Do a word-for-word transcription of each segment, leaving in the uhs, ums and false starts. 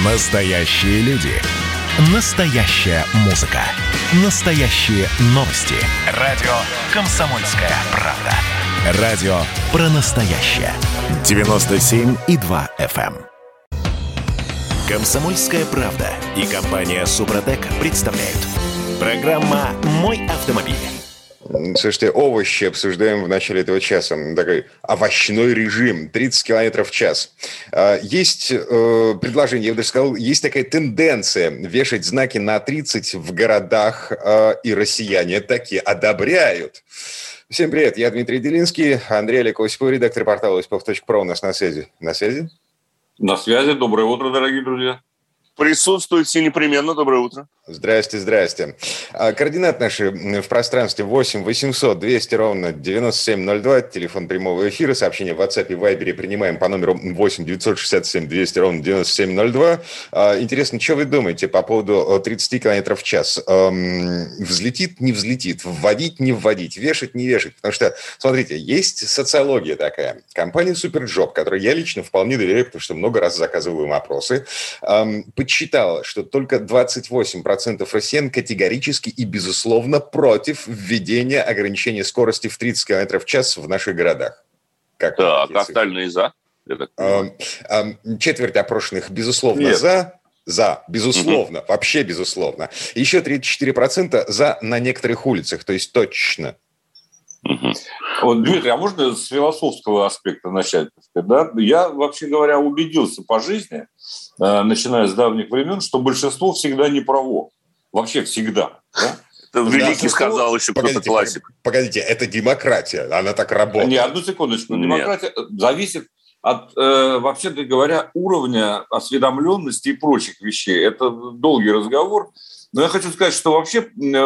Настоящие люди. Настоящая музыка. Настоящие новости. Радио «Комсомольская правда». Радио про настоящее. девяносто семь и два эф эм. «Комсомольская правда» и компания «Супротек» представляют. Программа «Мой автомобиль». Слушайте, овощи обсуждаем в начале этого часа. Такой овощной режим, тридцать километров в час. Есть э, предложение, я бы даже сказал, есть такая тенденция вешать знаки на тридцать в городах, э, и россияне такие одобряют. Всем привет, я Дмитрий Делинский, Андрей Олег Осипов, редактор портала осипов точка про у нас на связи. На связи? На связи. Доброе утро, дорогие друзья. Присутствует все непременно. Доброе утро. Здрасте, здрасте. Координаты наши в пространстве восемь восемьсот двести ровно девяносто семь ноль два, телефон прямого эфира, сообщения в WhatsApp и Viber принимаем по номеру восемь девятьсот шестьдесят семь двести ровно девяносто семь ноль два. Интересно, что вы думаете по поводу тридцать километров в час? Взлетит, не взлетит, вводить, не вводить, вешать, не вешать? Потому что, смотрите, есть социология такая. Компания Суперджоп, которой я лично вполне доверяю, потому что много раз заказываю им опросы, подсчитала, что только двадцать восемь процентов россиян категорически и, безусловно, против введения ограничения скорости в тридцать километров в час в наших городах. Как так, остальные за? А, а, четверть опрошенных, безусловно, Нет. за. За, безусловно, угу. вообще безусловно. Еще тридцать четыре процента за на некоторых улицах, то есть точно. Угу. Вот, Дмитрий, а можно с философского аспекта начать? Да? Я, вообще говоря, убедился по жизни, э, начиная с давних времен, что большинство всегда не право. Вообще всегда. Да? Это Великий сказал еще кто-то классик. Погодите, это демократия, она так работает. Не, одну секундочку. Демократия Нет. зависит от, э, вообще-то говоря, уровня осведомленности и прочих вещей. Это долгий разговор. Но я хочу сказать, что вообще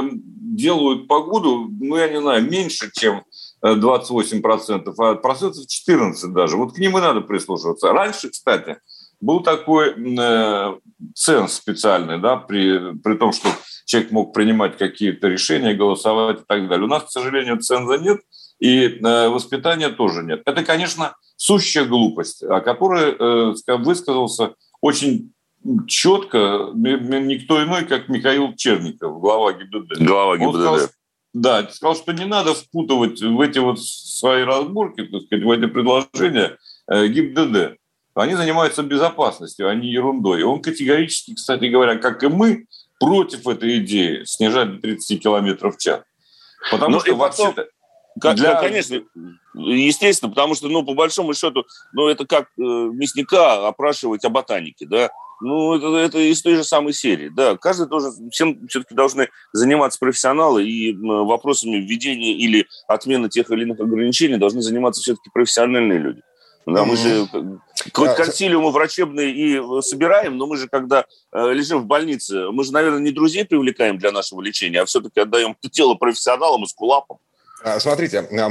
делают погоду, ну, я не знаю, меньше, чем двадцать восемь процентов, а процентов четырнадцать даже. Вот к ним и надо прислушиваться. Раньше, кстати, был такой э, ценз специальный, да, при, при том, что человек мог принимать какие-то решения, голосовать и так далее. У нас, к сожалению, ценза нет, и э, воспитания тоже нет. Это, конечно, сущая глупость, о которой э, высказался очень четко никто иной, как Михаил Черников, глава ГИБДД. Глава ГИБДД. Сказал, да, сказал, что не надо впутывать в эти вот свои разборки, так сказать, в эти предложения э, ГИБДД. Они занимаются безопасностью, а не ерундой. И он категорически, кстати говоря, как и мы, против этой идеи снижать до тридцать километров в час. Потому Но что вообще-то... Для... Да, конечно, естественно, потому что, ну, по большому счету, ну, это как э, мясника опрашивать о ботанике, да. Ну, это, это из той же самой серии, да. Каждый должен, всем все-таки должны заниматься профессионалы, и вопросами введения или отмены тех или иных ограничений должны заниматься все-таки профессиональные люди. Да, мы же хоть консилиумы врачебные и собираем, но мы же, когда э, лежим в больнице, мы же, наверное, не друзей привлекаем для нашего лечения, а все-таки отдаем тело профессионалам и скулапам. Смотрите, я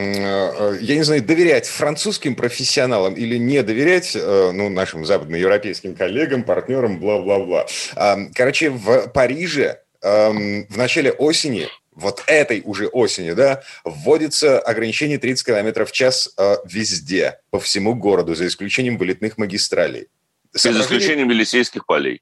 не знаю, доверять французским профессионалам или не доверять, ну, нашим западноевропейским коллегам, партнерам, бла-бла-бла. Короче, в Париже в начале осени, вот этой уже осени, да, вводится ограничение тридцать километров в час везде, по всему городу, за исключением вылетных магистралей. За исключением Елисейских полей.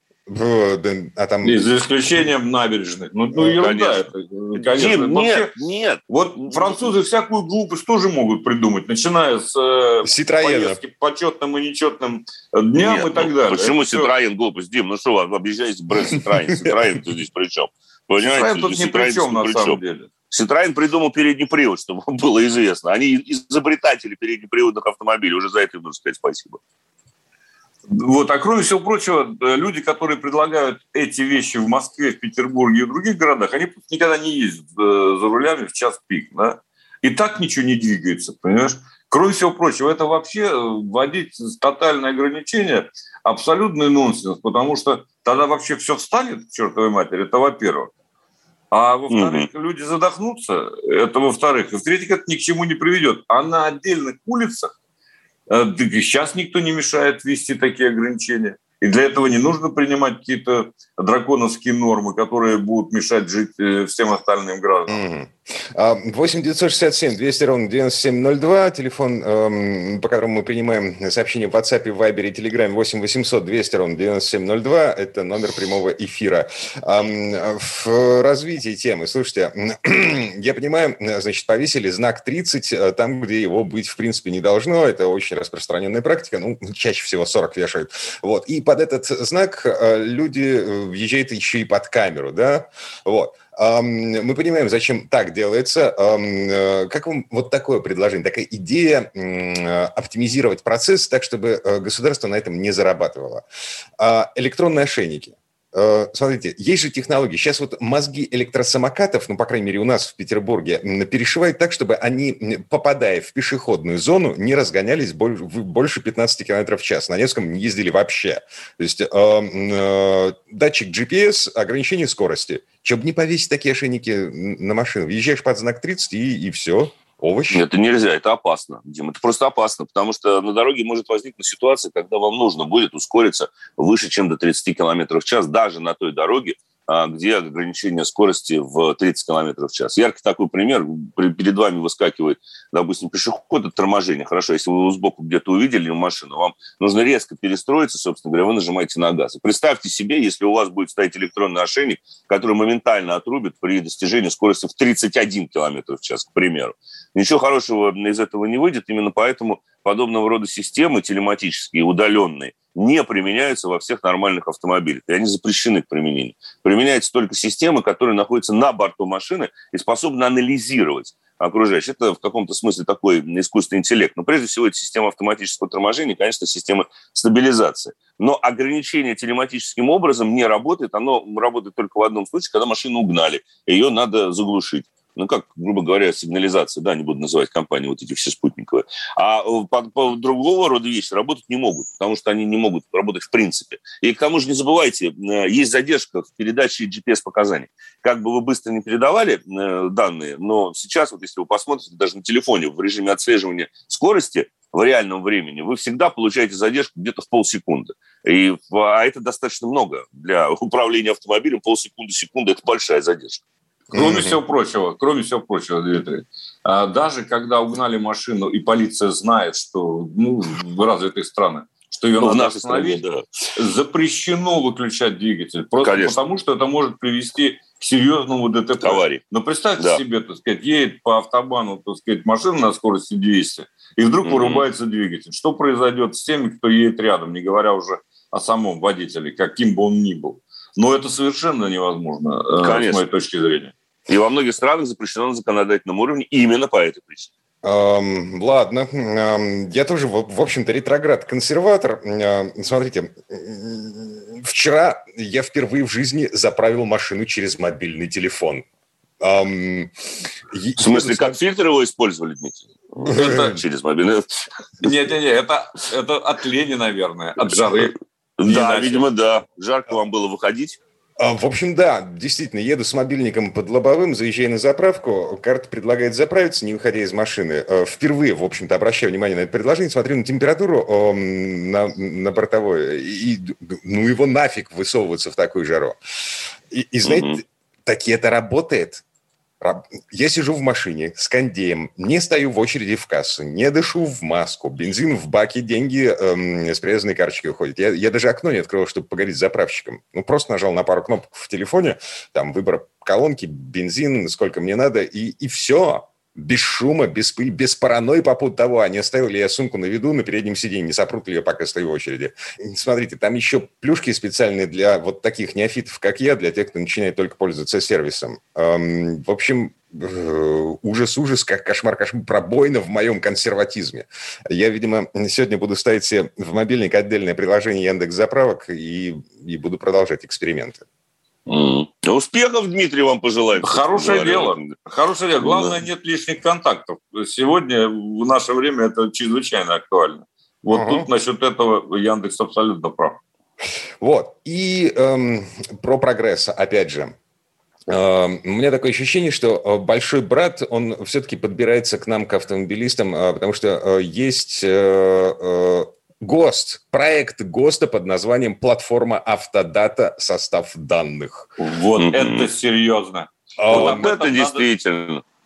А там... И за исключением набережных. Ну, ну ерунда это. Конечно. Дим, Вообще, нет, нет. Вот французы всякую глупость тоже могут придумать, начиная с э, поездки по почетным и нечетным дням нет, и так ну, далее. Почему это Citroёn все... глупость? Дим, ну что вы объезжаете бренд Citroёn? Citroёn тут здесь при чем? Citroёn тут ни при чем, на самом деле. Citroёn придумал передний привод, чтобы было известно. Они изобретатели переднеприводных автомобилей. Уже за это им нужно сказать спасибо. Вот, а кроме всего прочего, люди, которые предлагают эти вещи в Москве, в Петербурге и в других городах, они никогда не ездят за рулями в час пик, да? И так ничего не двигается, понимаешь? Кроме всего прочего, это вообще вводить тотальное ограничение абсолютный нонсенс, потому что тогда вообще все встанет к чертовой матери, это во-первых. А во-вторых, mm-hmm. люди задохнутся, это во-вторых. И в-третьих, это ни к чему не приведет. А на отдельных улицах сейчас никто не мешает ввести такие ограничения. И для этого не нужно принимать какие-то драконовские нормы, которые будут мешать жить всем остальным гражданам. Mm-hmm. восемь девятьсот шестьдесят семь двести ровно девяносто семь ноль два, телефон, эм, по которому мы принимаем сообщения в WhatsApp, в Viber и Telegram, восемь восемьсот двести ровно девяносто семь ноль два, это номер прямого эфира. Эм, в развитии темы, слушайте, я понимаю, значит, повесили знак тридцать там, где его быть в принципе не должно, это очень распространенная практика, ну, чаще всего сорок вешают, вот, и под этот знак люди въезжают еще и под камеру, да, вот. Мы понимаем, зачем так делается. Как вам вот такое предложение, такая идея оптимизировать процесс так, чтобы государство на этом не зарабатывало? Электронные ошейники. Смотрите, есть же технологии. Сейчас вот мозги электросамокатов, ну, по крайней мере, у нас в Петербурге, перешивают так, чтобы они, попадая в пешеходную зону, не разгонялись больше пятнадцати километров в час. На Невском не ездили вообще. То есть э, э, датчик джи пи эс, ограничение скорости. Чтобы не повесить такие ошейники на машину. Въезжаешь под знак тридцать и, и все. Овощи. Нет, это нельзя, это опасно, Дим, это просто опасно, потому что на дороге может возникнуть ситуация, когда вам нужно будет ускориться выше, чем до тридцати километров в час, даже на той дороге, где ограничение скорости в тридцать километров в час. Яркий такой пример. Перед вами выскакивает, допустим, пешеход от торможения. Хорошо, если вы его сбоку где-то увидели машину, вам нужно резко перестроиться, собственно говоря, вы нажимаете на газ. И представьте себе, если у вас будет стоять электронный ошейник, который моментально отрубит при достижении скорости в тридцать один километр в час, к примеру. Ничего хорошего из этого не выйдет. Именно поэтому подобного рода системы телематические, удаленные, не применяются во всех нормальных автомобилях. И они запрещены к применению. Применяются только системы, которые находятся на борту машины и способны анализировать окружающее. Это в каком-то смысле такой искусственный интеллект. Но прежде всего это система автоматического торможения, конечно, система стабилизации. Но ограничение телематическим образом не работает. Оно работает только в одном случае, когда машину угнали. Ее надо заглушить. Ну, как, грубо говоря, сигнализация, да, не буду называть компании вот эти все спутниковые. А по, по другого рода вещи работать не могут, потому что они не могут работать в принципе. И к тому же не забывайте, есть задержка в передаче джи пи эс-показаний. Как бы вы быстро не передавали данные, но сейчас, вот если вы посмотрите даже на телефоне в режиме отслеживания скорости в реальном времени, вы всегда получаете задержку где-то в полсекунды. И, а это достаточно много для управления автомобилем. Полсекунды, секунды – это большая задержка. Кроме mm-hmm. всего прочего, кроме всего прочего, Дмитрий, даже когда угнали машину, и полиция знает, что, ну, в развитых странах, что ее ну, надо остановить, стране, да. запрещено выключать двигатель. Просто Конечно. потому, что это может привести к серьезному ДТП. Аварии. Но представьте да. себе, так сказать, едет по автобану, так сказать, машина на скорости двести, и вдруг mm-hmm. вырубается двигатель. Что произойдет с теми, кто едет рядом, не говоря уже о самом водителе, каким бы он ни был? Но это совершенно невозможно, Конечно. с моей точки зрения. И во многих странах запрещено на законодательном уровне именно по этой причине. Эм, ладно. Эм, я тоже, в, в общем-то, ретроград-консерватор. Эм, смотрите, вчера я впервые в жизни заправил машину через мобильный телефон. Эм, в смысле, я, как фильтр его использовали, Дмитрий? Это через мобильный... Нет-нет-нет, это, это от лени, наверное, от жары. Да, видимо, да. Жарко вам было выходить. В общем, да, действительно, еду с мобильником под лобовым, заезжаю на заправку, карта предлагает заправиться, не выходя из машины. Впервые, в общем-то, обращаю внимание на это предложение, смотрю на температуру на, на бортовой, и ну его нафиг высовываться в такую жару. И, и знаете, mm-hmm. таки это работает. Я сижу в машине с кондеем, не стою в очереди в кассу, не дышу в маску, бензин в баке, деньги эм, с привязанной карточкой уходят. Я, я даже окно не открыл, чтобы поговорить с заправщиком. Ну, просто нажал на пару кнопок в телефоне, там, выбор колонки, бензин, сколько мне надо, и, и все. Без шума, без пыли, без паранойи по поводу того, а не оставил ли я сумку на виду на переднем сиденье, не сопрут ли я, пока стою в очереди. Смотрите, там еще плюшки специальные для вот таких неофитов, как я, для тех, кто начинает только пользоваться сервисом. Эм, в общем, ужас-ужас, как кошмар-кошмар, пробоина в моем консерватизме. Я, видимо, сегодня буду ставить себе в мобильник отдельное приложение Яндекс.Заправок и, и буду продолжать эксперименты. Mm. Успехов, Дмитрий, вам пожелаю. Хорошее дело. Хорошее дело. Главное, да. нет лишних контактов. Сегодня, в наше время, это чрезвычайно актуально. Вот uh-huh. тут насчет этого Яндекс абсолютно прав. Вот. И эм, про прогресс, опять же. Эм, у меня такое ощущение, что большой брат, он все-таки подбирается к нам, к автомобилистам, потому что есть... Э, э, ГОСТ, проект ГОСТа под названием «Платформа Автодата. Состав данных». Вот mm-hmm. это серьезно. А вот это надо, действительно.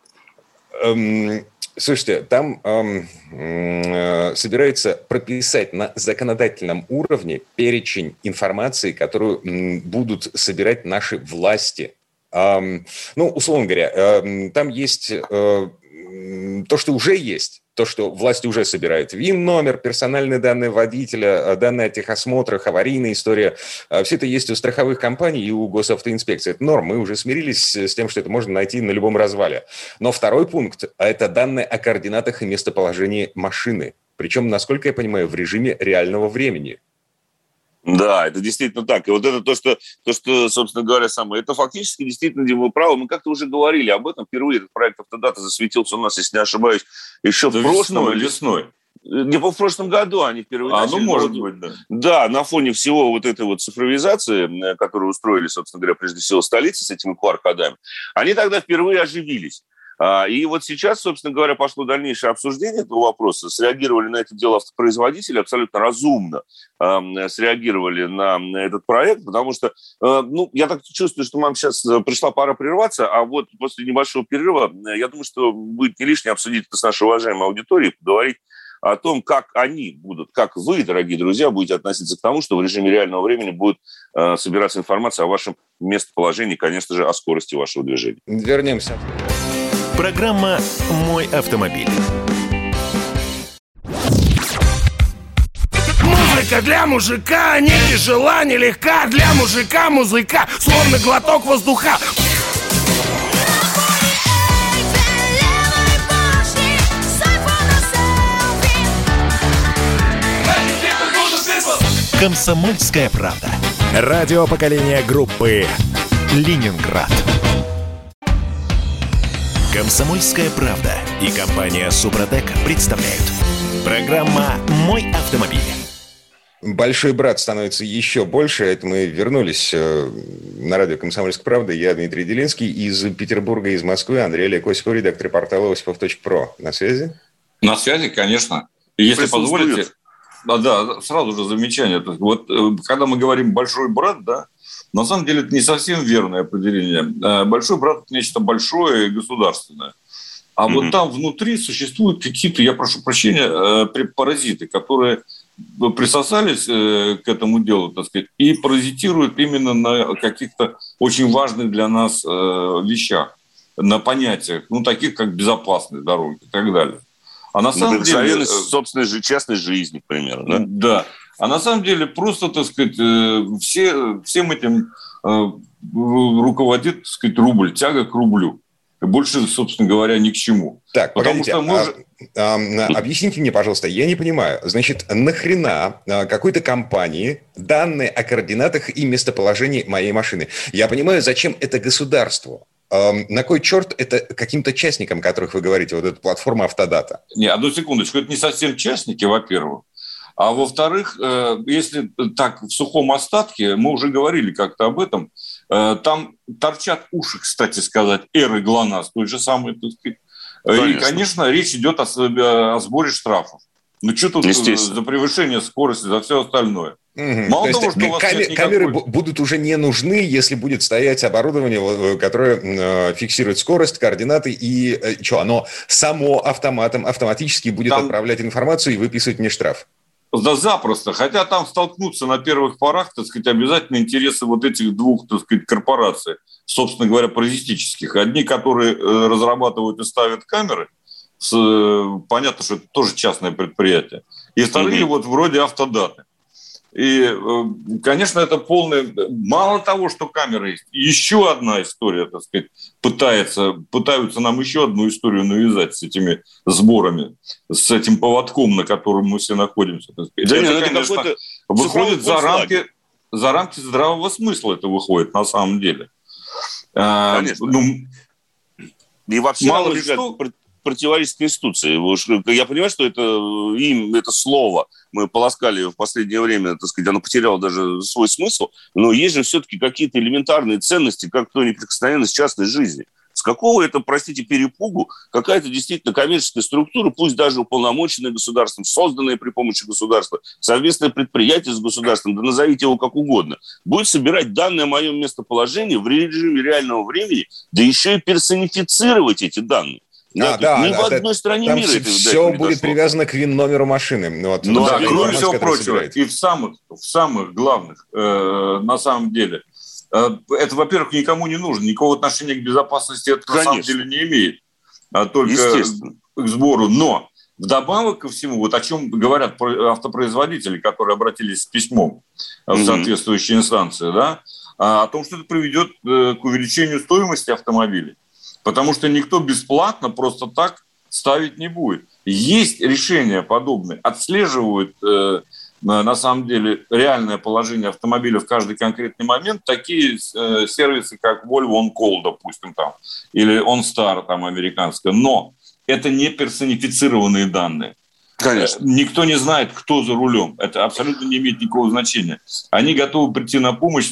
эм, слушайте, там эм, э, собираются прописать на законодательном уровне перечень информации, которую м, будут собирать наши власти. Эм, ну, условно говоря, э, там есть э, то, что уже есть. То, что власти уже собирают. ВИН-номер, персональные данные водителя, данные о техосмотрах, аварийная история. Все это есть у страховых компаний и у госавтоинспекции. Это норм. Мы уже смирились с тем, что это можно найти на любом развале. Но второй пункт – это данные о координатах и местоположении машины. Причем, насколько я понимаю, в режиме реального времени. Да, это действительно так. И вот это то, что, то, что собственно говоря, самое, это фактически действительно вы правы. Мы как-то уже говорили об этом. Впервые этот проект «Автодата» засветился у нас, если не ошибаюсь, еще да в прошлом... Весной. Не в прошлом году они впервые а, начали. Ну, может вот, быть, да. Да, на фоне всего вот этой вот цифровизации, которую устроили, собственно говоря, прежде всего столицы с этими ку ар-кодами, они тогда впервые оживились. И вот сейчас, собственно говоря, пошло дальнейшее обсуждение этого вопроса. Среагировали на это дело автопроизводители, абсолютно разумно э, среагировали на, на этот проект, потому что, э, ну, я так чувствую, что нам сейчас пришла пора прерваться, а вот после небольшого перерыва, я думаю, что будет не лишне обсудить это с нашей уважаемой аудиторией, поговорить о том, как они будут, как вы, дорогие друзья, будете относиться к тому, что в режиме реального времени будет э, собираться информация о вашем местоположении, конечно же, о скорости вашего движения. Вернемся. Программа «Мой автомобиль». Музыка для мужика не тяжела, не легка. Для мужика музыка, словно глоток воздуха. «Комсомольская правда». Радио поколения группы «Ленинград». «Комсомольская правда» и компания «Супротек» представляют. Программа «Мой автомобиль». Большой брат становится еще больше. Это мы вернулись на радио «Комсомольская правда». Я Дмитрий Делинский из Петербурга, из Москвы. Андрей Олег Осипов, редактор портала осипов точка про. На связи? На связи, конечно. И если позволите... Да, да, сразу же замечание. То есть, вот когда мы говорим «большой брат», да, на самом деле это не совсем верное определение. Большой брат – это нечто большое и государственное. А mm-hmm. вот там внутри существуют какие-то, я прошу прощения, паразиты, которые присосались к этому делу, так сказать, и паразитируют именно на каких-то очень важных для нас вещах, на понятиях, ну, таких как безопасность дороги и так далее. А на самом деле... собственной же частной жизни, к примеру. Да? Да. А на самом деле просто, так сказать, все, всем этим руководит, так сказать, рубль, тяга к рублю. Больше, собственно говоря, ни к чему. Так, Потому погодите, что мы а, же... а, объясните мне, пожалуйста, я не понимаю. Значит, нахрена какой-то компании данные о координатах и местоположении моей машины? Я понимаю, зачем это государству. На кой черт это каким-то частникам, о которых вы говорите, вот эта платформа «Автодата»? Не, одну секундочку, это не совсем частники, во-первых. А во-вторых, если так в сухом остатке, мы уже говорили как-то об этом, там торчат уши, кстати сказать, эры ГЛОНАСС, той же самой, так сказать. Конечно. И, конечно, речь идет о, о сборе штрафов. Ну, что тут за превышение скорости, за все остальное? Угу. Мало То того, есть, что у вас камер, нет никакой... камеры будут уже не нужны, если будет стоять оборудование, которое э, фиксирует скорость, координаты и э, что, оно само автоматом автоматически будет там... отправлять информацию и выписывать мне штраф. Да запросто. Хотя там столкнутся на первых порах, так сказать, обязательно интересы вот этих двух, так сказать, корпораций, собственно говоря, паразитических. Одни, которые разрабатывают и ставят камеры, с, понятно, что это тоже частное предприятие. И вторые mm-hmm. вот вроде «Автодаты». И, конечно, это полное... Мало того, что камеры есть, еще одна история, так сказать, пытается, пытаются нам еще одну историю навязать с этими сборами, с этим поводком, на котором мы все находимся. Так сказать. Да это, нет, конечно, это выходит за рамки, за рамки здравого смысла, это выходит на самом деле. Конечно. А, ну, и вообще, мало ли что... противоречит Конституции. Я понимаю, что это им, это слово мы полоскали в последнее время, так сказать, оно потеряло даже свой смысл, но есть же все-таки какие-то элементарные ценности, как то неприкосновенность частной жизни. С какого это, простите, перепугу какая-то действительно коммерческая структура, пусть даже уполномоченная государством, созданная при помощи государства, совместное предприятие с государством, да назовите его как угодно, будет собирать данные о моем местоположении в режиме реального времени, да еще и персонифицировать эти данные. Да, а, да, ни да, в да, одной стране там мира это, все да, будет привязано к ВИН-номеру машины. Вот, ну, да, кроме всего прочего, и в самых, в самых главных, э, на самом деле, э, это, во-первых, никому не нужно, никакого отношения к безопасности это Конечно. на самом деле не имеет, а только к сбору. Но вдобавок ко всему, вот о чем говорят автопроизводители, которые обратились с письмом в mm-hmm. соответствующие инстанции, да, о том, что это приведет к увеличению стоимости автомобилей. Потому что никто бесплатно просто так ставить не будет. Есть решения подобные, отслеживают э, на самом деле реальное положение автомобиля в каждый конкретный момент. Такие э, сервисы, как Volvo On Call, допустим, там, или OnStar, там, американская. Но это не персонифицированные данные. Конечно. Никто не знает, кто за рулем. Это абсолютно не имеет никакого значения. Они готовы прийти на помощь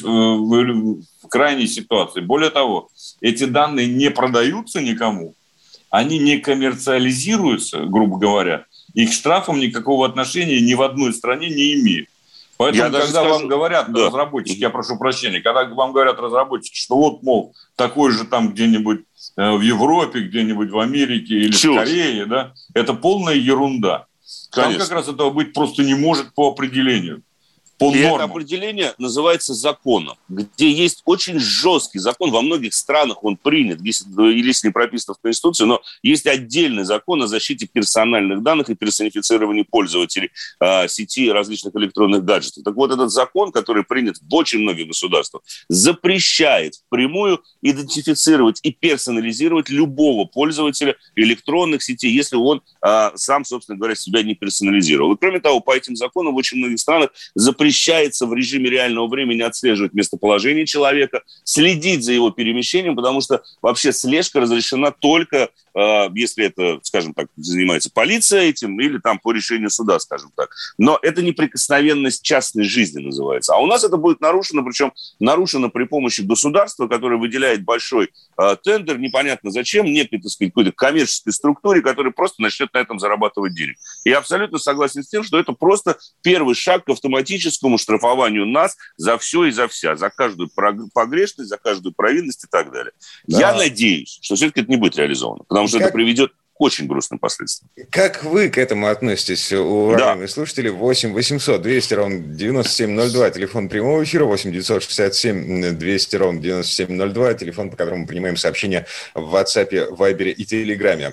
в крайней ситуации. Более того, эти данные не продаются никому, они не коммерциализируются, грубо говоря, и к штрафам никакого отношения ни в одной стране не имеют. Поэтому, я когда скажу... вам говорят да. разработчики, я прошу прощения, когда вам говорят разработчики, что вот, мол, такой же там где-нибудь в Европе, где-нибудь в Америке или Чушь. в Корее, да, это полная ерунда. Конечно. Там как раз этого быть просто не может по определению. По И нормам. это определение называется законом, где есть очень жесткий закон. Во многих странах он принят, если, если не прописан в Конституции, но есть отдельный закон о защите персональных данных и персонифицировании пользователей э, сети различных электронных гаджетов. Так вот, этот закон, который принят в очень многих государствах, запрещает впрямую идентифицировать и персонализировать любого пользователя электронных сетей, если он э, сам, собственно говоря, себя не персонализировал. И кроме того, по этим законам в очень многих странах запрещается Запрещается в режиме реального времени отслеживать местоположение человека, следить за его перемещением, потому что вообще слежка разрешена только, э, если это, скажем так, занимается полиция этим или там по решению суда, скажем так. Но это неприкосновенность частной жизни называется. А у нас это будет нарушено, причем нарушено при помощи государства, которое выделяет большой э, тендер, непонятно зачем, некой, так сказать, какой-то коммерческой структуре, которая просто начнет на этом зарабатывать денег. И я абсолютно согласен с тем, что это просто первый шаг к автоматическому штрафованию нас за все и за вся, за каждую погрешность, за каждую провинность и так далее. Да. Я надеюсь, что все-таки это не будет реализовано, потому что как... это приведет к очень грустным последствиям. Как вы к этому относитесь, уважаемые да. слушатели? восемь восемьсот двести ровно девяносто семь ноль два, телефон прямого эфира, восемь девятьсот шестьдесят семь двести ровно девяносто семь ноль два, телефон, по которому мы принимаем сообщения в WhatsApp, Вайбере и Телеграме.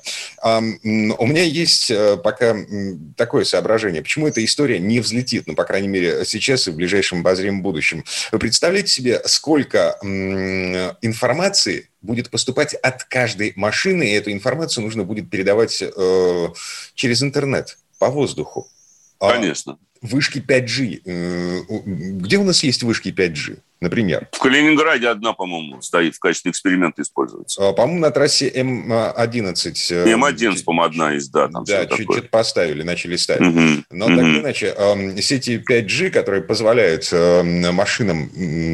У меня есть пока такое соображение, почему эта история не взлетит, ну, по крайней мере, сейчас и в ближайшем обозримом будущем. Вы представляете себе, сколько информации будет поступать от каждой машины, и эту информацию нужно будет передавать э, через интернет, по воздуху. Конечно. А вышки пять джи. Э, где у нас есть вышки пять джи, например? В Калининграде одна, по-моему, стоит в качестве эксперимента используется. А, по-моему, на трассе эм одиннадцать. эм одиннадцать, по-моему, одна из, да. Там да, чуть-чуть такое. Поставили, начали ставить. Угу. Но угу. так или иначе, э, сети пять джи, которые позволяют э, машинам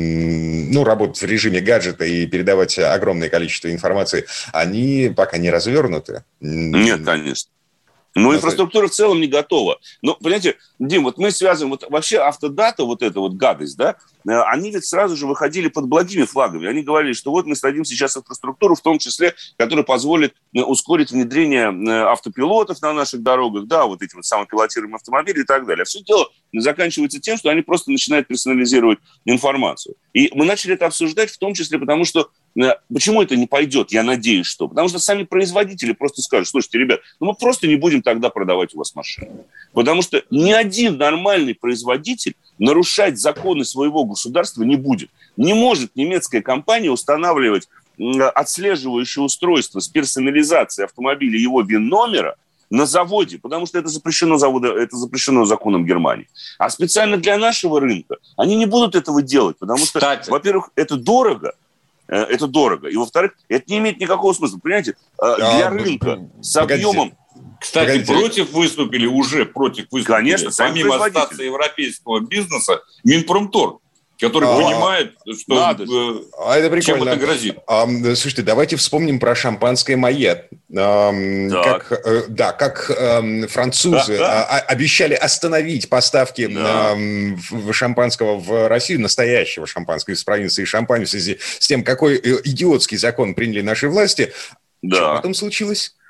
э, ну, работать в режиме гаджета и передавать огромное количество информации, они пока не развернуты. Нет, конечно. Ну, инфраструктура в целом не готова. Ну, понимаете, Дим, вот мы связываем... Вот вообще автодата, вот эта вот гадость, да, они ведь сразу же выходили под благими флагами. Они говорили, что вот мы сдадим сейчас инфраструктуру, в том числе, которая позволит ускорить внедрение автопилотов на наших дорогах, да, вот эти вот самопилотируемые автомобили и так далее. А все дело заканчивается тем, что они просто начинают персонализировать информацию. И мы начали это обсуждать в том числе потому, что почему это не пойдет, я надеюсь, что. Потому что сами производители просто скажут, слушайте, ребят, ну мы просто не будем тогда продавать у вас машины. Потому что ни один нормальный производитель нарушать законы своего государства не будет. Не может немецкая компания устанавливать отслеживающее устройство с персонализацией автомобиля и его ВИН-номера на заводе, потому что это запрещено, завода, это запрещено законом Германии. А специально для нашего рынка они не будут этого делать, потому что, Кстати. во-первых, это дорого, это дорого. И, во-вторых, это не имеет никакого смысла. Понимаете, для а, рынка с объемом... Кстати, Погодите. против выступили, уже против выступили, Конечно, помимо ассоциации европейского бизнеса, Минпромторг, который а, понимает, что, надо. А это чем это грозит. А, слушайте, давайте вспомним про шампанское «Майет». А, как, да, как а, французы да, да. А, обещали остановить поставки да. а, шампанского в Россию, настоящего шампанского из провинции Шампань, в связи с тем, какой идиотский закон приняли наши власти. Да. Что потом случилось?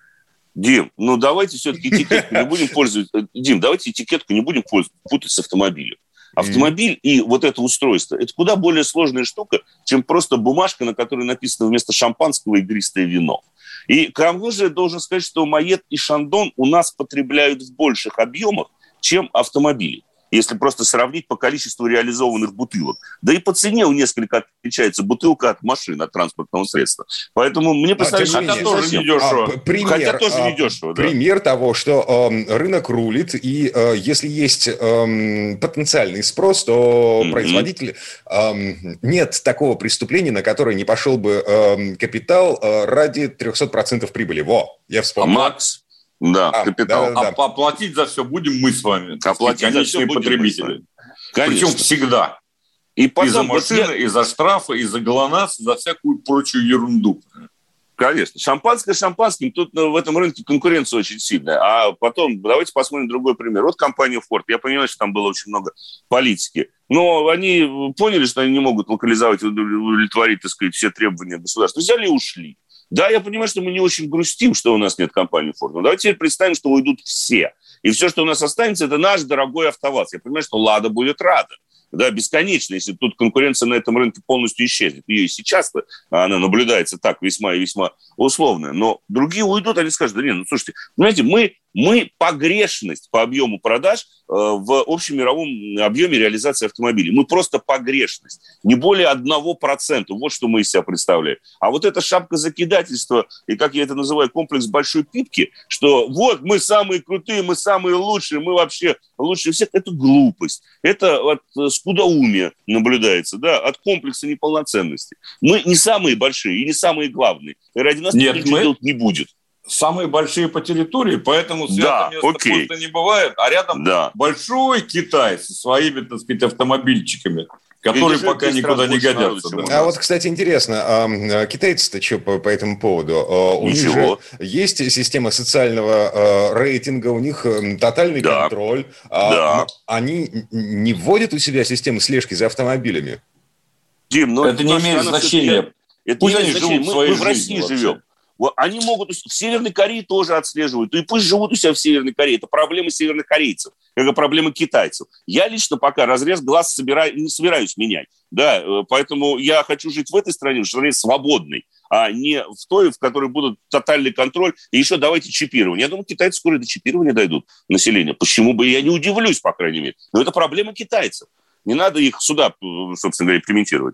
Дим, ну давайте все-таки этикетку не будем пользоваться. Дим, давайте этикетку не будем путать с автомобилем. Автомобиль mm-hmm. и вот это устройство, это куда более сложная штука, чем просто бумажка, на которой написано вместо шампанского игристое вино. И к тому же я должен сказать, что Моët и Шандон у нас потребляют в больших объемах, чем автомобили, если просто сравнить по количеству реализованных бутылок. Да и по цене у несколько отличается бутылка от машины, от транспортного средства. Поэтому мне представляется, а, хотя тоже недешево. А, пример, хотя тоже а, недешево. Пример да. того, что э, рынок рулит, и э, если есть э, потенциальный спрос, то mm-hmm. производитель... Э, нет такого преступления, на которое не пошел бы э, капитал э, ради триста процентов прибыли. Во, я вспомнил. А Макс... Да, а, капитал. Да, да, да. Оплатить за все будем мы с вами. Оплатить конечные потребители. Причем всегда. И, потом, и за машины, вот я... и за штрафы, и за ГЛОНАСС, и за всякую прочую ерунду. Конечно. Шампанское шампанским. Тут в этом рынке конкуренция очень сильная. А потом, давайте посмотрим другой пример. Вот компания Ford. Я понимаю, что там было очень много политики. Но они поняли, что они не могут локализовать, удовлетворить, так сказать, все требования государства. Взяли и ушли. Да, я понимаю, что мы не очень грустим, что у нас нет компании Ford. Но давайте теперь представим, что уйдут все. И все, что у нас останется, это наш дорогой АвтоВАЗ. Я понимаю, что Лада будет рада. Да, бесконечно, если тут конкуренция на этом рынке полностью исчезнет. Ее и сейчас она наблюдается так весьма и весьма условная. Но другие уйдут, они скажут, да нет, ну слушайте, понимаете, мы, мы погрешность по объему продаж э, в общемировом объеме реализации автомобилей. Мы просто погрешность. Не более одного процента. Вот что мы из себя представляем. А вот эта шапка закидательства, и как я это называю, комплекс большой пипки, что вот мы самые крутые, мы самые лучшие, мы вообще лучше всех, это глупость. Это от скудоумия наблюдается, да, от комплекса неполноценности. Мы не самые большие и не самые главные. И ради нас Нет, ничего мы... делать не будет. Самые большие по территории, поэтому святое да, место окей. просто не бывает. А рядом да. большой Китай со своими, так сказать, автомобильчиками, которые Видишь, пока никуда не годятся. Да. А вот, кстати, интересно, а китайцы-то что по, по этому поводу? У Ничего. них же есть система социального рейтинга, у них тотальный да. контроль. Да. Они не вводят у себя систему слежки за автомобилями? Дим, но это, это не имеет значения. Это пусть не имеет значения. Мы, мы в России вообще. живем. Они могут... В Северной Корее тоже отслеживают. И пусть живут у себя в Северной Корее. Это проблема северных корейцев, как и проблема китайцев. Я лично пока разрез глаз собираю, не собираюсь менять. Да, поэтому я хочу жить в этой стране, в стране свободной, а не в той, в которой будут тотальный контроль. И еще давайте чипирование. Я думаю, китайцы скоро до чипирования дойдут населения. Почему бы? Я не удивлюсь, по крайней мере. Но это проблема китайцев. Не надо их сюда, собственно говоря, имплементировать.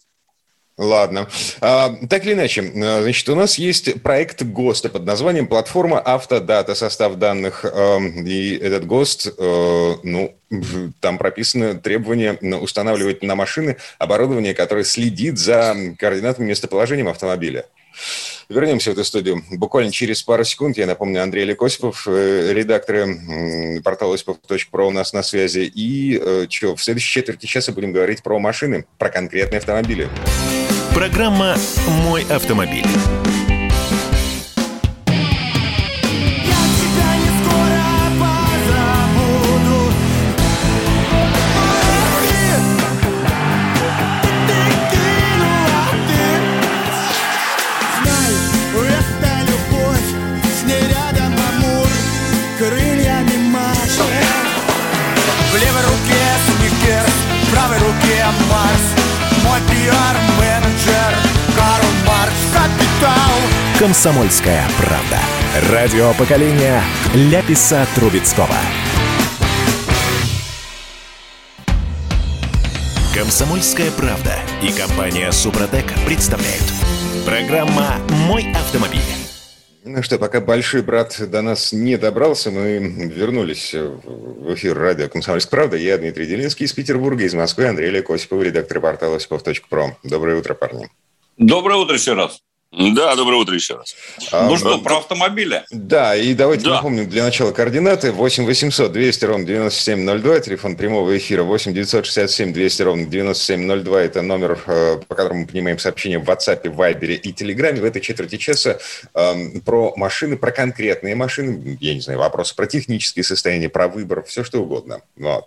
Ладно. А, так или иначе, значит, у нас есть проект ГОСТа под названием «Платформа Автодата», состав данных. И этот ГОСТ, ну, там прописаны требования устанавливать на машины оборудование, которое следит за координатным местоположением автомобиля. Вернемся в эту студию буквально через пару секунд. Я напомню, Андрей Лекосипов, редактор портала осипов точка про у нас на связи. И что, в следующей четверти часа будем говорить про машины, про конкретные автомобили. Программа «Мой автомобиль». «Комсомольская правда». Радио поколения Ляписа Трубецкого. «Комсомольская правда» и компания «Супротек» представляют. Программа «Мой автомобиль». Ну что, пока большой брат до нас не добрался, мы вернулись в эфир радио «Комсомольская правда». Я Дмитрий Делинский из Петербурга, из Москвы Андрей Лекосипов, редактор портала осипов точка про. Доброе утро, парни. Доброе утро еще раз. Да, доброе утро еще раз. А, ну что, про автомобили? Да, и давайте да. напомним для начала координаты. восемь восемьсот двести ровно девяносто семь ноль два, телефон прямого эфира. восемь девятьсот шестьдесят семь двести ровно девяносто семь ноль два, это номер, по которому мы принимаем сообщения в WhatsApp, Вайбере и Телеграме. В этой четверти часа э, про машины, про конкретные машины, я не знаю, вопросы про технические состояния, про выбор, все что угодно. Вот.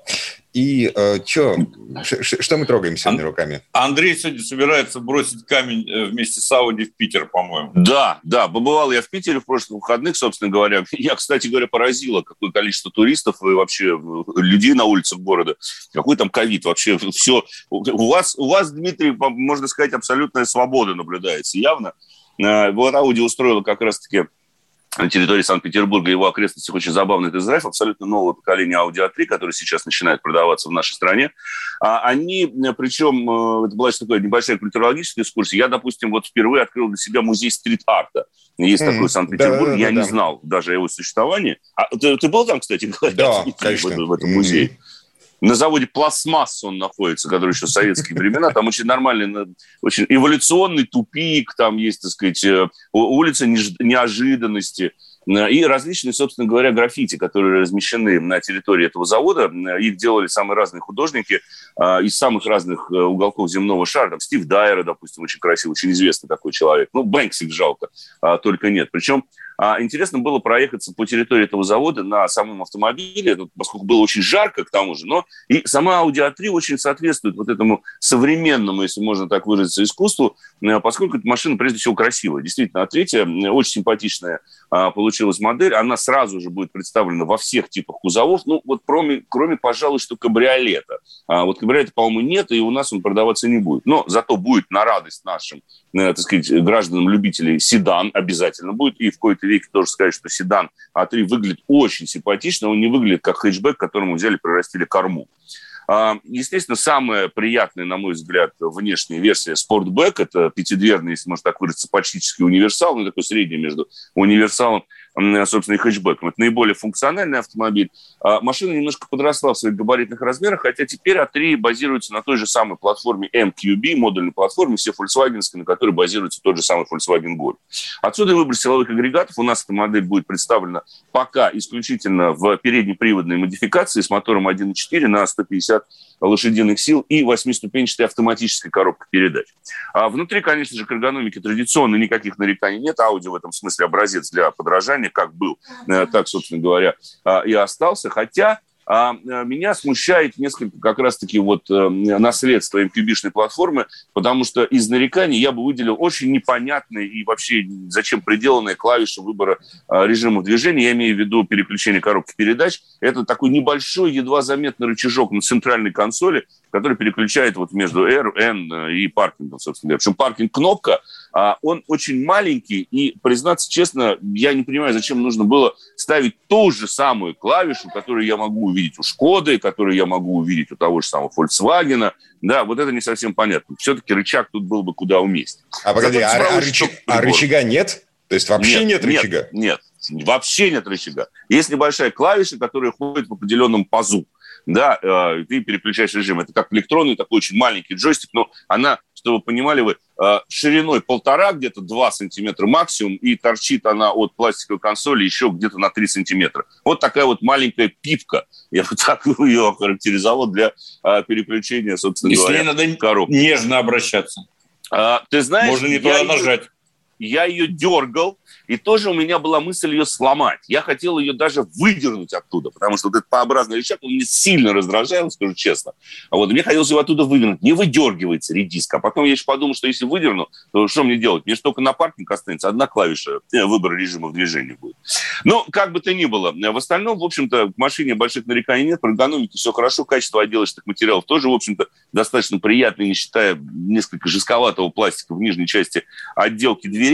И э, чё, ш, ш, что мы трогаем сегодня руками? Андрей сегодня собирается бросить камень вместе с Ауди в Питер, по-моему. Да, да, побывал я в Питере в прошлых выходных, собственно говоря. Меня, кстати говоря, поразило, какое количество туристов и вообще людей на улицах города. Какой там ковид вообще. Все. У вас, у вас, Дмитрий, можно сказать, абсолютная свобода наблюдается явно. Вот Ауди устроила как раз-таки на территории Санкт-Петербурга и его окрестностях очень забавный тест-драйв абсолютно нового поколения Audi а три, который сейчас начинает продаваться в нашей стране. А они, причем, это была такая небольшая культурологическая экскурсия. Я, допустим, вот впервые открыл для себя музей стрит-арта. Есть mm, такой в Санкт-Петербурге, да, я да, не да. знал даже о его существовании. А ты, ты был там, кстати, да, конечно. в, в этом музее? Mm-hmm. На заводе «Пластмасс» он находится, который еще в советские времена. Там очень нормальный, очень эволюционный тупик, там есть, так сказать, улица неожиданности и различные, собственно говоря, граффити, которые размещены на территории этого завода. Их делали самые разные художники из самых разных уголков земного шара. Там Стив Дайер, допустим, очень красивый, очень известный такой человек. Ну, Бэнкси жалко, только нет. Причем интересно было проехаться по территории этого завода на самом автомобиле, поскольку было очень жарко к тому же, но и сама Audi а три очень соответствует вот этому современному, если можно так выразиться, искусству, поскольку эта машина, прежде всего, красивая. Действительно, а третья очень симпатичная получилась модель. Она сразу же будет представлена во всех типах кузовов, ну, вот кроме, кроме пожалуй, что кабриолета. А вот кабриолета, по-моему, нет, и у нас он продаваться не будет. Но зато будет на радость нашим, так сказать, гражданам-любителей седан обязательно будет, и в какой-то веке тоже сказать, что седан а три выглядит очень симпатично, он не выглядит как хэтчбэк, которому взяли и прирастили корму. Естественно, самая приятная, на мой взгляд, внешняя версия Sportback, это пятидверный, если можно так выразиться, почтический универсал, ну, такой средний между универсалом, собственно, и хэтчбэком. Это наиболее функциональный автомобиль. Машина немножко подросла в своих габаритных размерах, хотя теперь а три базируется на той же самой платформе эм кью би, модульной платформе, все фольксвагенской, на которой базируется тот же самый Volkswagen Golf. Отсюда выбор силовых агрегатов. У нас эта модель будет представлена пока исключительно в переднеприводной модификации с мотором один и четыре на сто пятьдесят лошадиных сил и восьмиступенчатой автоматической коробкой передач. А внутри, конечно же, к эргономике традиционно никаких нареканий нет. Audi в этом смысле образец для подражания, как был, так, собственно говоря, и остался. Хотя А меня смущает несколько как раз-таки вот наследство эм кью би-шной платформы, потому что из нареканий я бы выделил очень непонятные и вообще зачем приделанные клавиши выбора режима движения. Я имею в виду переключение коробки передач. Это такой небольшой, едва заметный рычажок на центральной консоли, который переключает вот между R, N и паркингом, собственно говоря. Причем паркинг-кнопка, он очень маленький, и, признаться честно, я не понимаю, зачем нужно было ставить ту же самую клавишу, которую я могу увидеть у Шкоды, которую я могу увидеть у того же самого Volkswagen. Да, вот это не совсем понятно. Все-таки рычаг тут был бы куда уместнее. А погоди, а, а, рычаг, а рычага нет? То есть вообще нет, нет рычага? Нет, нет, вообще нет рычага. Есть небольшая клавиша, которая ходит в определенном пазу. Да, э, ты переключаешь режим. Это как электронный такой очень маленький джойстик, но она, чтобы вы понимали вы, э, шириной полтора, где-то два сантиметра максимум, и торчит она от пластиковой консоли еще где-то на три сантиметра. Вот такая вот маленькая пипка. Я бы так ее охарактеризовал для э, переключения, собственно Если говоря, надо коробки. Нежно обращаться. А, ты знаешь, можно не туда нажать. Я ее дергал, и тоже у меня была мысль ее сломать. Я хотел ее даже выдернуть оттуда, потому что вот этот П-образный рычаг, он меня сильно раздражал, скажу честно. А вот мне хотелось его оттуда выдернуть. Не выдергивается редиска. А потом я еще подумал, что если выдерну, то что мне делать? Мне же только на паркинг останется одна клавиша выбора режима в движении будет. Но как бы то ни было, в остальном, в общем-то, к машине больших нареканий нет, про эргономику все хорошо, качество отделочных материалов тоже, в общем-то, достаточно приятное, не считая несколько жестковатого пластика в нижней части отделки дверей.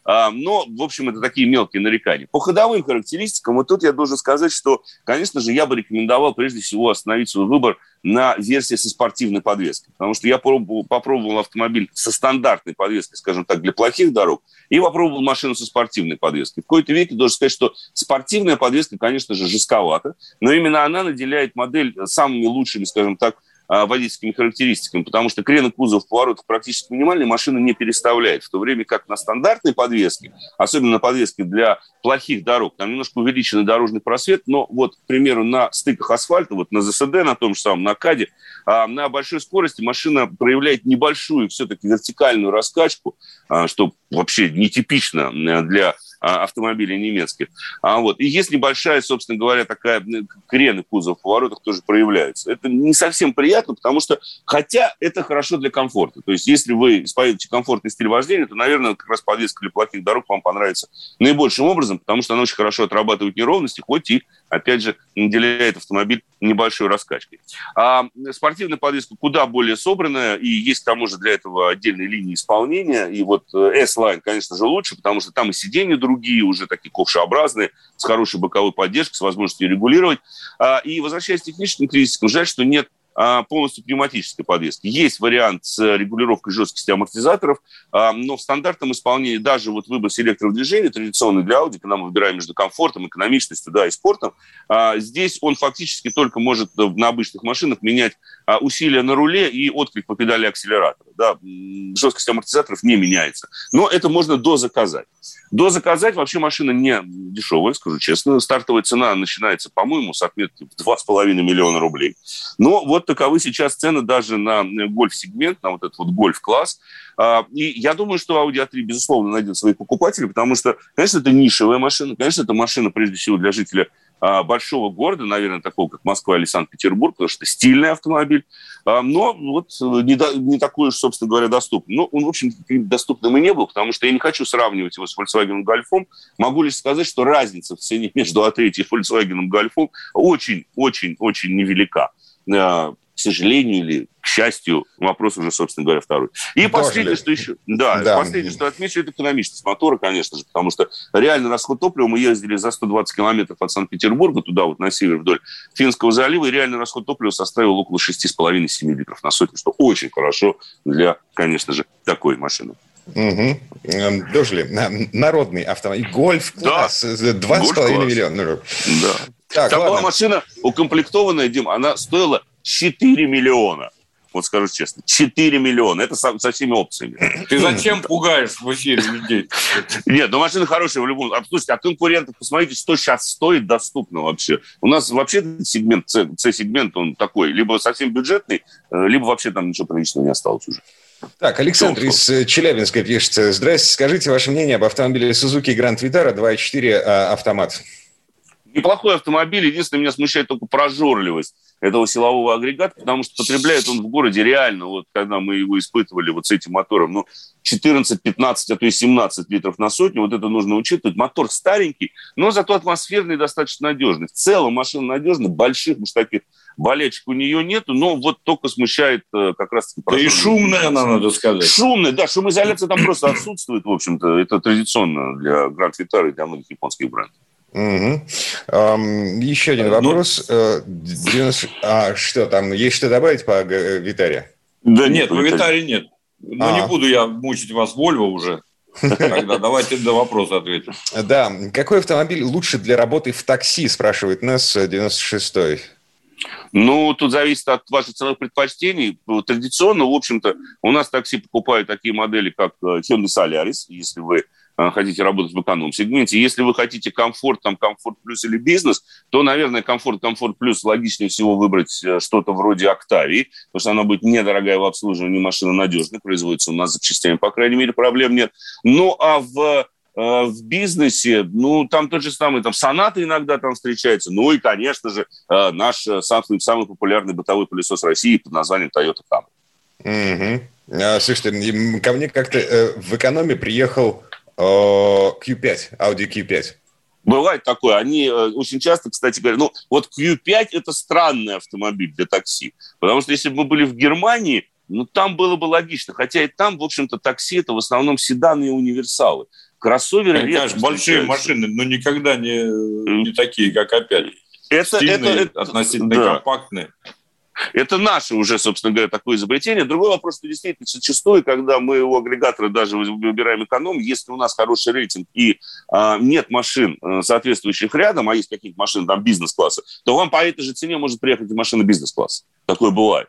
Но, в общем, это такие мелкие нарекания. По ходовым характеристикам, вот тут я должен сказать, что, конечно же, я бы рекомендовал прежде всего остановить свой выбор на версии со спортивной подвеской. Потому что я попробовал, попробовал автомобиль со стандартной подвеской, скажем так, для плохих дорог, и попробовал машину со спортивной подвеской. В какой-то веке должен сказать, что спортивная подвеска, конечно же, жестковата, но именно она наделяет модель самыми лучшими, скажем так, водительскими характеристиками, потому что крен кузова в поворотах практически минимальный, машина не переставляет, в то время как на стандартной подвеске, особенно на подвеске для плохих дорог, там немножко увеличенный дорожный просвет, но вот, к примеру, на стыках асфальта, вот на ЗСД, на том же самом, на КАДе, на большой скорости машина проявляет небольшую все-таки вертикальную раскачку, что вообще нетипично для автомобилей немецких. А вот. И есть небольшая, собственно говоря, такая крены кузова в поворотах тоже проявляются. Это не совсем приятно, потому что, хотя это хорошо для комфорта. То есть если вы исповедуете комфортный стиль вождения, то, наверное, как раз подвеска для плохих дорог вам понравится наибольшим образом, потому что она очень хорошо отрабатывает неровности, хоть и, опять же, наделяет автомобиль небольшой раскачкой. А спортивная подвеска куда более собранная, и есть, к тому же, для этого отдельные линии исполнения. И вот S-Line, конечно же, лучше, потому что там и сиденья другие, уже такие ковшеобразные, с хорошей боковой поддержкой, с возможностью регулировать. И, возвращаясь к техническим кризисам, жаль, что нет полностью пневматической подвески. Есть вариант с регулировкой жесткости амортизаторов, но в стандартном исполнении даже вот выбор селекторов движения, традиционный для Audi, когда мы выбираем между комфортом, экономичностью, да, и спортом, здесь он фактически только может на обычных машинах менять усилия на руле и отклик по педали акселератора. Да. Жесткость амортизаторов не меняется. Но это можно дозаказать. Дозаказать вообще машина не дешевая, скажу честно. Стартовая цена начинается, по-моему, с отметки в два с половиной миллиона рублей. Но вот таковы сейчас цены даже на гольф-сегмент, на вот этот вот гольф-класс. И я думаю, что Audi а три, безусловно, найдет своих покупателей, потому что, конечно, это нишевая машина, конечно, это машина, прежде всего, для жителя большого города, наверное, такого, как Москва или Санкт-Петербург, потому что это стильный автомобиль, но вот не, до, не такой уж, собственно говоря, доступный. Но он, в общем, доступным и не был, потому что я не хочу сравнивать его с Volkswagen Golf. Могу лишь сказать, что разница в цене между а три и Volkswagen Golf очень-очень-очень невелика. К сожалению или к счастью, вопрос уже, собственно говоря, второй. И Тоже последнее, ли? что еще... Да, да. последнее, что отмечу, это экономичность мотора, конечно же, потому что реальный расход топлива, мы ездили за сто двадцать километров от Санкт-Петербурга, туда вот на север вдоль Финского залива, и реальный расход топлива составил около шесть с половиной - семь литров на сотню, что очень хорошо для, конечно же, такой машины. Угу. Дожили. Народный автомобиль. Гольф-класс. два с половиной миллиона. Да. Так, Там ладно. была машина укомплектованная, Дим, она стоила четыре миллиона. Вот скажу честно, четыре миллиона. Это со, со всеми опциями. Ты зачем пугаешь в эфире людей? Нет, ну машина хорошая в любом... Слушайте, от конкурентов посмотрите, что сейчас стоит доступно вообще. У нас вообще сегмент, C-сегмент, он такой, либо совсем бюджетный, либо вообще там ничего приличного не осталось уже. Так, Александр из Челябинска пишет. Здрасте, скажите ваше мнение об автомобиле Suzuki Grand Vitara два и четыре автомат. Неплохой автомобиль. Единственное, меня смущает только прожорливость этого силового агрегата, потому что потребляет он в городе реально, вот когда мы его испытывали вот с этим мотором, ну, четырнадцать, пятнадцать, а то и семнадцать литров на сотню, вот это нужно учитывать. Мотор старенький, но зато атмосферный и достаточно надежный. В целом машина надежная, больших уж таких болячек у нее нету, но вот только смущает э, как раз-таки... Да и шумная она, надо сказать. Шумная, да, шумоизоляция там просто отсутствует, в общем-то. Это традиционно для Grand Vitara и для многих японских брендов. Угу. Um, еще один вопрос. Ну, девяносто... А что там? Есть что добавить по Витаре? Да нет, по Витаре нет. Ну, а. не буду я мучить вас Volvo уже. Тогда давайте на вопрос ответим. Да. Какой автомобиль лучше для работы в такси, спрашивает нас девяносто шестой. Ну, тут зависит от ваших ценовых предпочтений. Традиционно, в общем-то, у нас такси покупают такие модели, как Hyundai Solaris, если вы хотите работать в эконом-сегменте. Если вы хотите комфорт, там, комфорт плюс или бизнес, то, наверное, комфорт, комфорт плюс логичнее всего выбрать что-то вроде Октавии, потому что она будет недорогая в обслуживании, машина надежная, производится у нас запчастями, по крайней мере, проблем нет. Ну, а в, в бизнесе, ну, там тот же самый, там, Соната иногда там встречается, ну, и, конечно же, наш самый, самый популярный бытовой пылесос России под названием Toyota Camry. Угу. А, слушайте, ко мне как-то э, в экономе приехал кью пять, Audi кью пять. Бывает такое. Они э, очень часто, кстати говоря, ну, вот кью пять – это странный автомобиль для такси. Потому что если бы мы были в Германии, ну, там было бы логично. Хотя и там, в общем-то, такси – это в основном седаны и универсалы. Кроссоверы… Конечно, конечно большие машины, но никогда не, не такие, как опять. Это, Стильные, это, это, относительно да. компактные. Это наше уже, собственно говоря, такое изобретение. Другой вопрос, что действительно зачастую, когда мы у агрегатора даже выбираем эконом, если у нас хороший рейтинг и а, нет машин, соответствующих рядом, а есть какие-то машины там бизнес-класса, то вам по этой же цене может приехать и машина бизнес-класса. Такое бывает.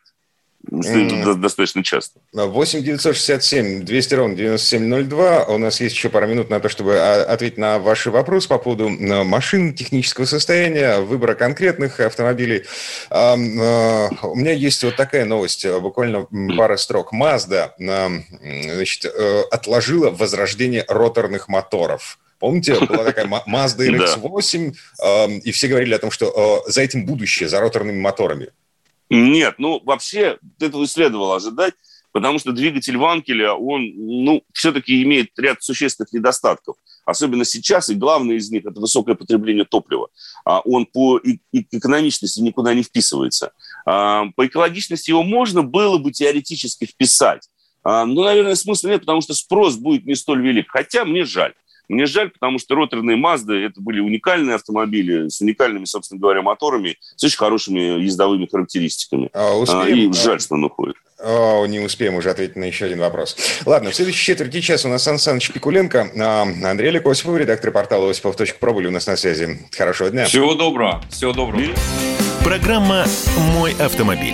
Mm. Достаточно часто. восемь девятьсот шестьдесят семь двести ровно девяносто семь ноль два. У нас есть еще пара минут на то, чтобы ответить на ваши вопросы по поводу машин, технического состояния, выбора конкретных автомобилей. У меня есть вот такая новость, буквально пара строк. Mazda, значит, отложила возрождение роторных моторов. Помните, была такая Mazda эр икс восемь, и все говорили о том, что за этим будущее, за роторными моторами. Нет, ну, вообще, этого и следовало ожидать, потому что двигатель Ванкеля, он, ну, все-таки имеет ряд существенных недостатков. Особенно сейчас, и главное из них – это высокое потребление топлива. Он по экономичности никуда не вписывается. По экологичности его можно было бы теоретически вписать. Но, наверное, смысла нет, потому что спрос будет не столь велик. Хотя мне жаль. Мне жаль, потому что роторные Мазды – это были уникальные автомобили с уникальными, собственно говоря, моторами, с очень хорошими ездовыми характеристиками. А, успеем, и жаль, что он уходит. О, не успеем уже ответить на еще один вопрос. Ладно, в следующей четверти часа у нас Сан Саныч Пикуленко, Андрей Олег Осипов, редактор портала осипов точка про, были у нас на связи. Хорошего дня. Всего доброго. Всего доброго. Программа «Мой автомобиль».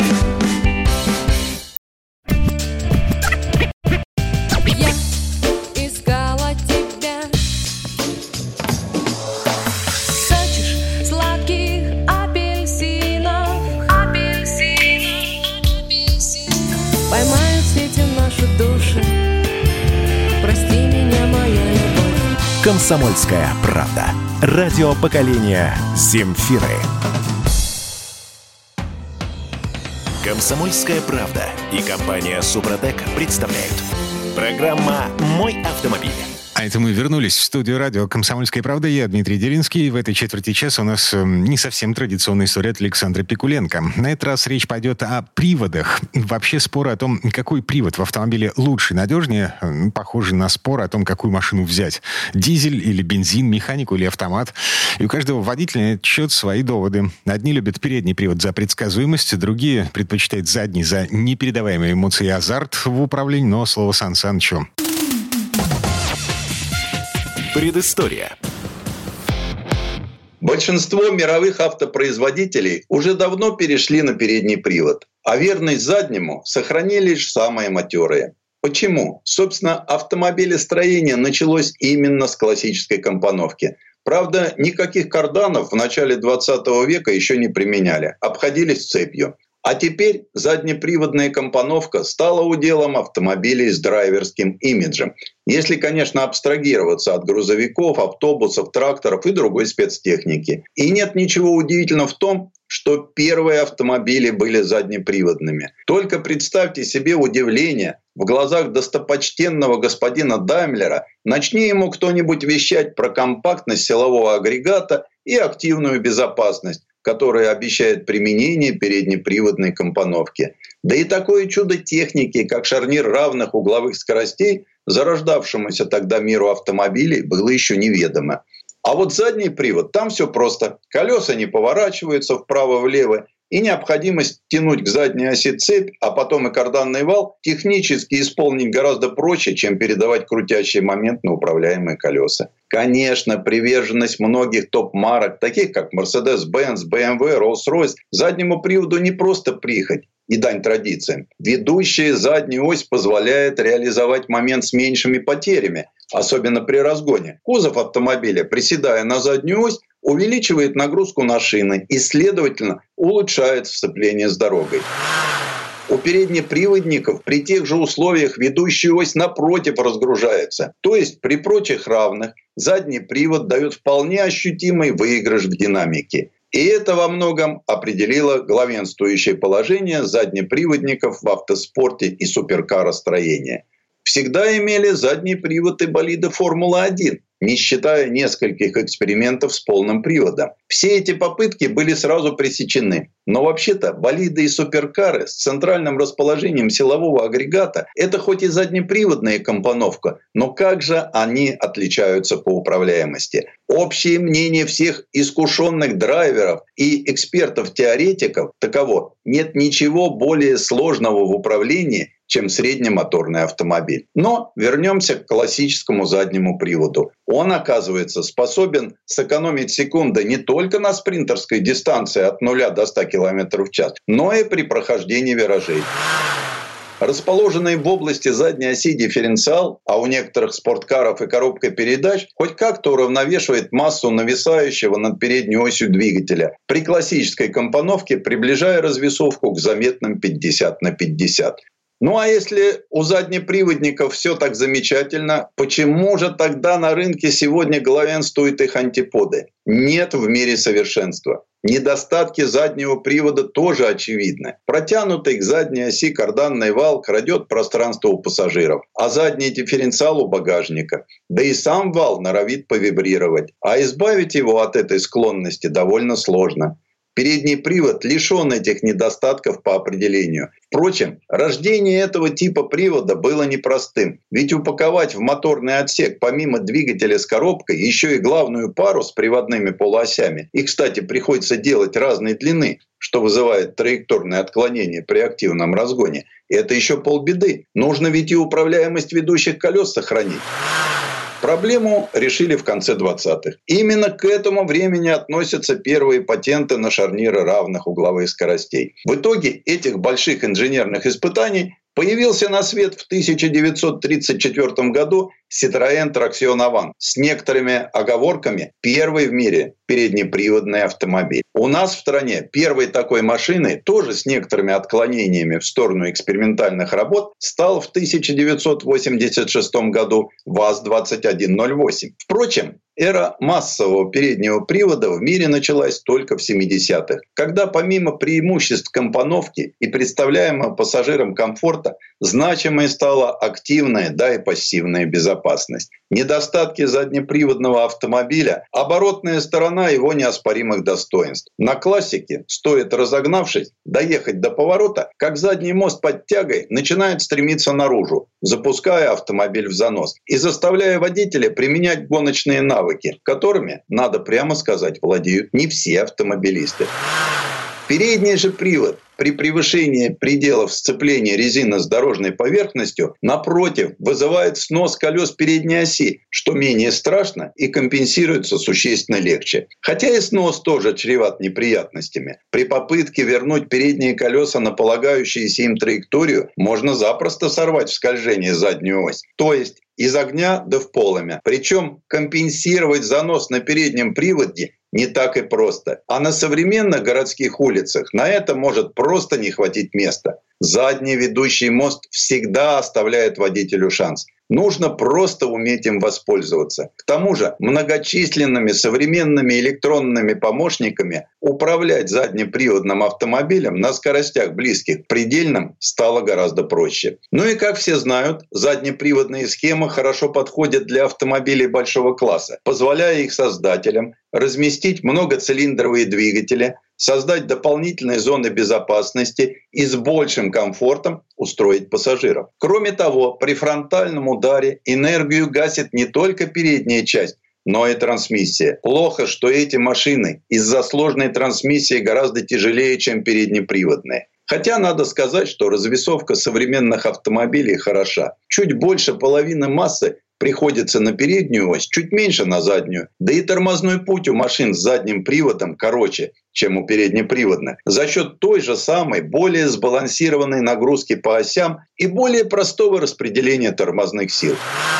«Комсомольская правда». Радио поколения Земфиры. «Комсомольская правда» и компания «Супротек» представляют. Программа «Мой автомобиль». А это мы вернулись в студию радио «Комсомольская правда». Я Дмитрий Делинский. В этой четверти часа у нас не совсем традиционная история от Александра Пикуленко. На этот раз речь пойдет о приводах. Вообще споры о том, какой привод в автомобиле лучше, надежнее, похожи на спор о том, какую машину взять. Дизель или бензин, механику или автомат. И у каждого водителя на этот счет свои доводы. Одни любят передний привод за предсказуемость, другие предпочитают задний за непередаваемые эмоции и азарт в управлении. Но слово Сан Санычу. Предыстория. Большинство мировых автопроизводителей уже давно перешли на передний привод, а верность заднему сохранили лишь самые матерые. Почему? Собственно, автомобилестроение началось именно с классической компоновки. Правда, никаких карданов в начале двадцатого века еще не применяли, обходились цепью. А теперь заднеприводная компоновка стала уделом автомобилей с драйверским имиджем. Если, конечно, абстрагироваться от грузовиков, автобусов, тракторов и другой спецтехники. И нет ничего удивительного в том, что первые автомобили были заднеприводными. Только представьте себе удивление в глазах достопочтенного господина Даймлера, начни ему кто-нибудь вещать про компактность силового агрегата и активную безопасность, которая обещает применение переднеприводной компоновки. Да и такое чудо техники, как шарнир равных угловых скоростей, зарождавшемуся тогда миру автомобилей, было еще неведомо. А вот задний привод, там все просто. Колеса не поворачиваются вправо-влево, и необходимость тянуть к задней оси цепь, а потом и карданный вал, технически исполнить гораздо проще, чем передавать крутящий момент на управляемые колеса. Конечно, приверженность многих топ-марок, таких как Mercedes-Benz, бэ эм вэ, Rolls-Royce, заднему приводу не просто прихоть и дань традициям. Ведущая задняя ось позволяет реализовать момент с меньшими потерями, особенно при разгоне. Кузов автомобиля, приседая на заднюю ось, увеличивает нагрузку на шины и, следовательно, улучшает сцепление с дорогой. У переднеприводников при тех же условиях ведущая ось напротив разгружается. То есть при прочих равных задний привод дает вполне ощутимый выигрыш в динамике. И это во многом определило главенствующее положение заднеприводников в автоспорте и суперкаростроении. Всегда имели задний привод и болиды Формулы один, не считая нескольких экспериментов с полным приводом. Все эти попытки были сразу пресечены. Но вообще-то болиды и суперкары с центральным расположением силового агрегата – это хоть и заднеприводная компоновка, но как же они отличаются по управляемости? Общее мнение всех искушенных драйверов и экспертов-теоретиков таково: нет ничего более сложного в управлении, чем среднемоторный автомобиль. Но вернемся к классическому заднему приводу. Он, оказывается, способен сэкономить секунды не только на спринтерской дистанции от нуля до ста километров в час, но и при прохождении виражей. Расположенный в области задней оси дифференциал, а у некоторых спорткаров и коробка передач, хоть как-то уравновешивает массу нависающего над передней осью двигателя, при классической компоновке приближая развесовку к заметным пятьдесят на пятьдесят. Ну а если у заднеприводников все так замечательно, почему же тогда на рынке сегодня главенствуют их антиподы? Нет в мире совершенства. Недостатки заднего привода тоже очевидны. Протянутый к задней оси карданный вал крадет пространство у пассажиров, а задний дифференциал у багажника. Да и сам вал норовит повибрировать, а избавить его от этой склонности довольно сложно. Передний привод лишен этих недостатков по определению. Впрочем, рождение этого типа привода было непростым. Ведь упаковать в моторный отсек помимо двигателя с коробкой еще и главную пару с приводными полуосями. И, кстати, приходится делать разной длины, что вызывает траекторное отклонение при активном разгоне. И это еще полбеды. Нужно ведь и управляемость ведущих колес сохранить. Проблему решили в конце двадцатых. Именно к этому времени относятся первые патенты на шарниры равных угловых скоростей. В итоге этих больших инженерных испытаний появился на свет в тысяча девятьсот тридцать четвёртом году Citroën Traction Avant с некоторыми оговорками первый в мире переднеприводный автомобиль. У нас в стране первой такой машиной, тоже с некоторыми отклонениями в сторону экспериментальных работ, стал в тысяча девятьсот восемьдесят шестом году ВАЗ двадцать один ноль восемь. Впрочем, эра массового переднего привода в мире началась только в семидесятых, когда помимо преимуществ компоновки и представляемого пассажирам комфорта, значимой стала активная, да и пассивная безопасность. Недостатки заднеприводного автомобиля – оборотная сторона его неоспоримых достоинств. На классике, стоит разогнавшись, доехать до поворота, как задний мост под тягой начинает стремиться наружу, запуская автомобиль в занос и заставляя водителя применять гоночные навыки, которыми, надо прямо сказать, владеют не все автомобилисты. Передний же привод при превышении пределов сцепления резины с дорожной поверхностью, напротив, вызывает снос колес передней оси, что менее страшно и компенсируется существенно легче. Хотя и снос тоже чреват неприятностями. При попытке вернуть передние колеса на полагающуюся им траекторию можно запросто сорвать в скольжении заднюю ось. То есть из огня да в полымя. Причем компенсировать занос на переднем приводе не так и просто. А на современных городских улицах на это может просто не хватить места. Задний ведущий мост всегда оставляет водителю шанс. Нужно просто уметь им воспользоваться. К тому же многочисленными современными электронными помощниками управлять заднеприводным автомобилем на скоростях близких к предельным стало гораздо проще. Ну и как все знают, заднеприводные схемы хорошо подходят для автомобилей большого класса, позволяя их создателям разместить многоцилиндровые двигатели, создать дополнительные зоны безопасности и с большим комфортом устроить пассажиров. Кроме того, при фронтальном ударе энергию гасит не только передняя часть, но и трансмиссия. Плохо, что эти машины из-за сложной трансмиссии гораздо тяжелее, чем переднеприводные. Хотя надо сказать, что развесовка современных автомобилей хороша. Чуть больше половины массы приходится на переднюю ось, чуть меньше на заднюю. Да и тормозной путь у машин с задним приводом короче, чем у переднеприводных. За счет той же самой, более сбалансированной нагрузки по осям и более простого распределения тормозных сил.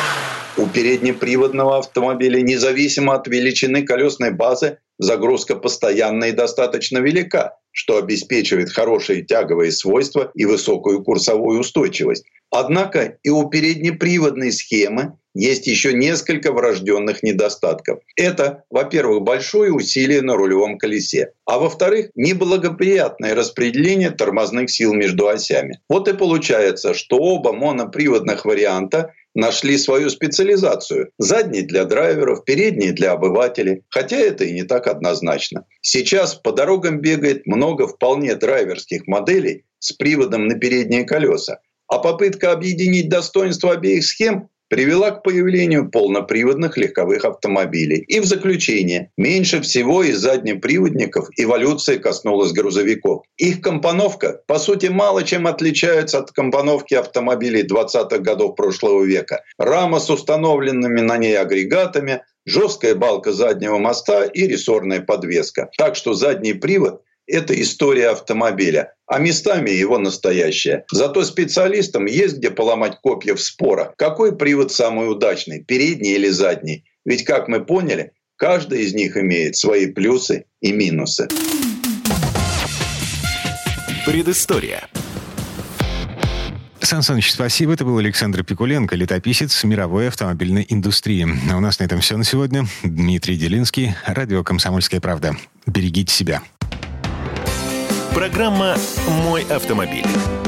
У переднеприводного автомобиля, независимо от величины колесной базы, загрузка постоянная и достаточно велика, что обеспечивает хорошие тяговые свойства и высокую курсовую устойчивость. Однако и у переднеприводной схемы есть еще несколько врожденных недостатков. Это, во-первых, большое усилие на рулевом колесе, а во-вторых, неблагоприятное распределение тормозных сил между осями. Вот и получается, что оба моноприводных варианта нашли свою специализацию. Задний для драйверов, передний для обывателей. Хотя это и не так однозначно. Сейчас по дорогам бегает много вполне драйверских моделей с приводом на передние колеса. А попытка объединить достоинства обеих схем привела к появлению полноприводных легковых автомобилей. И в заключение, меньше всего из заднеприводников эволюция коснулась грузовиков. Их компоновка, по сути, мало чем отличается от компоновки автомобилей двадцатых годов прошлого века. Рама с установленными на ней агрегатами, жесткая балка заднего моста и рессорная подвеска. Так что задний привод – это история автомобиля, а местами его настоящая. Зато специалистам есть где поломать копья в спорах. Какой привод самый удачный, передний или задний? Ведь, как мы поняли, каждый из них имеет свои плюсы и минусы. Предыстория. Сан Саныч, спасибо. Это был Александр Пикуленко, летописец мировой автомобильной индустрии. А у нас на этом все на сегодня. Дмитрий Делинский, радио «Комсомольская правда». Берегите себя. Программа «Мой автомобиль».